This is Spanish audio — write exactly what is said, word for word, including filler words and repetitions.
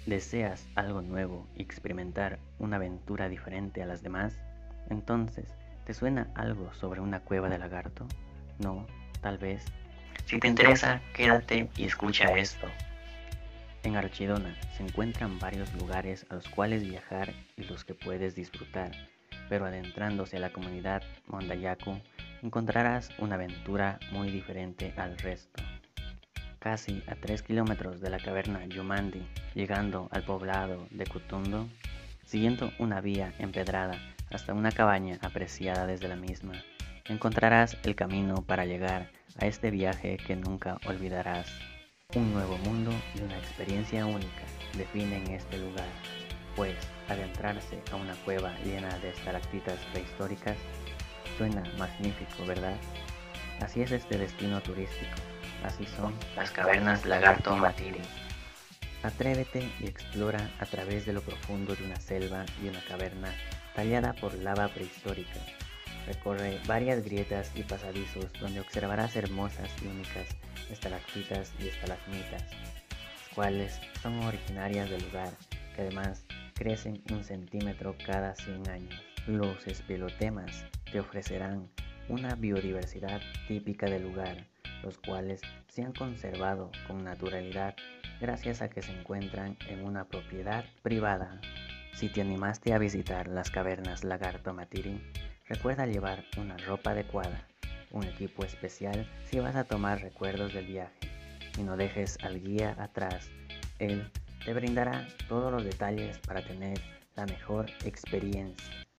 ¿Deseas algo nuevo y experimentar una aventura diferente a las demás? Entonces, ¿te suena algo sobre una cueva de lagarto? No, tal vez. Si te interesa, quédate y escucha esto. En Archidona se encuentran varios lugares a los cuales viajar y los que puedes disfrutar, pero adentrándose a la comunidad Mondayacu encontrarás una aventura muy diferente al resto. Casi a tres kilómetros de la caverna Yumandi, llegando al poblado de Cutundo, siguiendo una vía empedrada hasta una cabaña apreciada desde la misma, encontrarás el camino para llegar a este viaje que nunca olvidarás. Un nuevo mundo y una experiencia única definen este lugar, pues adentrarse a una cueva llena de estalactitas prehistóricas suena magnífico, ¿verdad? Así es este destino turístico, así son Las cavernas Lagarto Matiri. Atrévete y explora a través de lo profundo de una selva y una caverna tallada por lava prehistórica. Recorre varias grietas y pasadizos donde observarás hermosas y únicas estalactitas y estalagmitas, las cuales son originarias del lugar, que además crecen un centímetro cada cien años. Los espelotemas te ofrecerán una biodiversidad típica del lugar, los cuales se han conservado con naturalidad gracias a que se encuentran en una propiedad privada. Si te animaste a visitar las cavernas Lagarto Matiri, recuerda llevar una ropa adecuada, un equipo especial si vas a tomar recuerdos del viaje, y no dejes al guía atrás. Él te brindará todos los detalles para tener la mejor experiencia.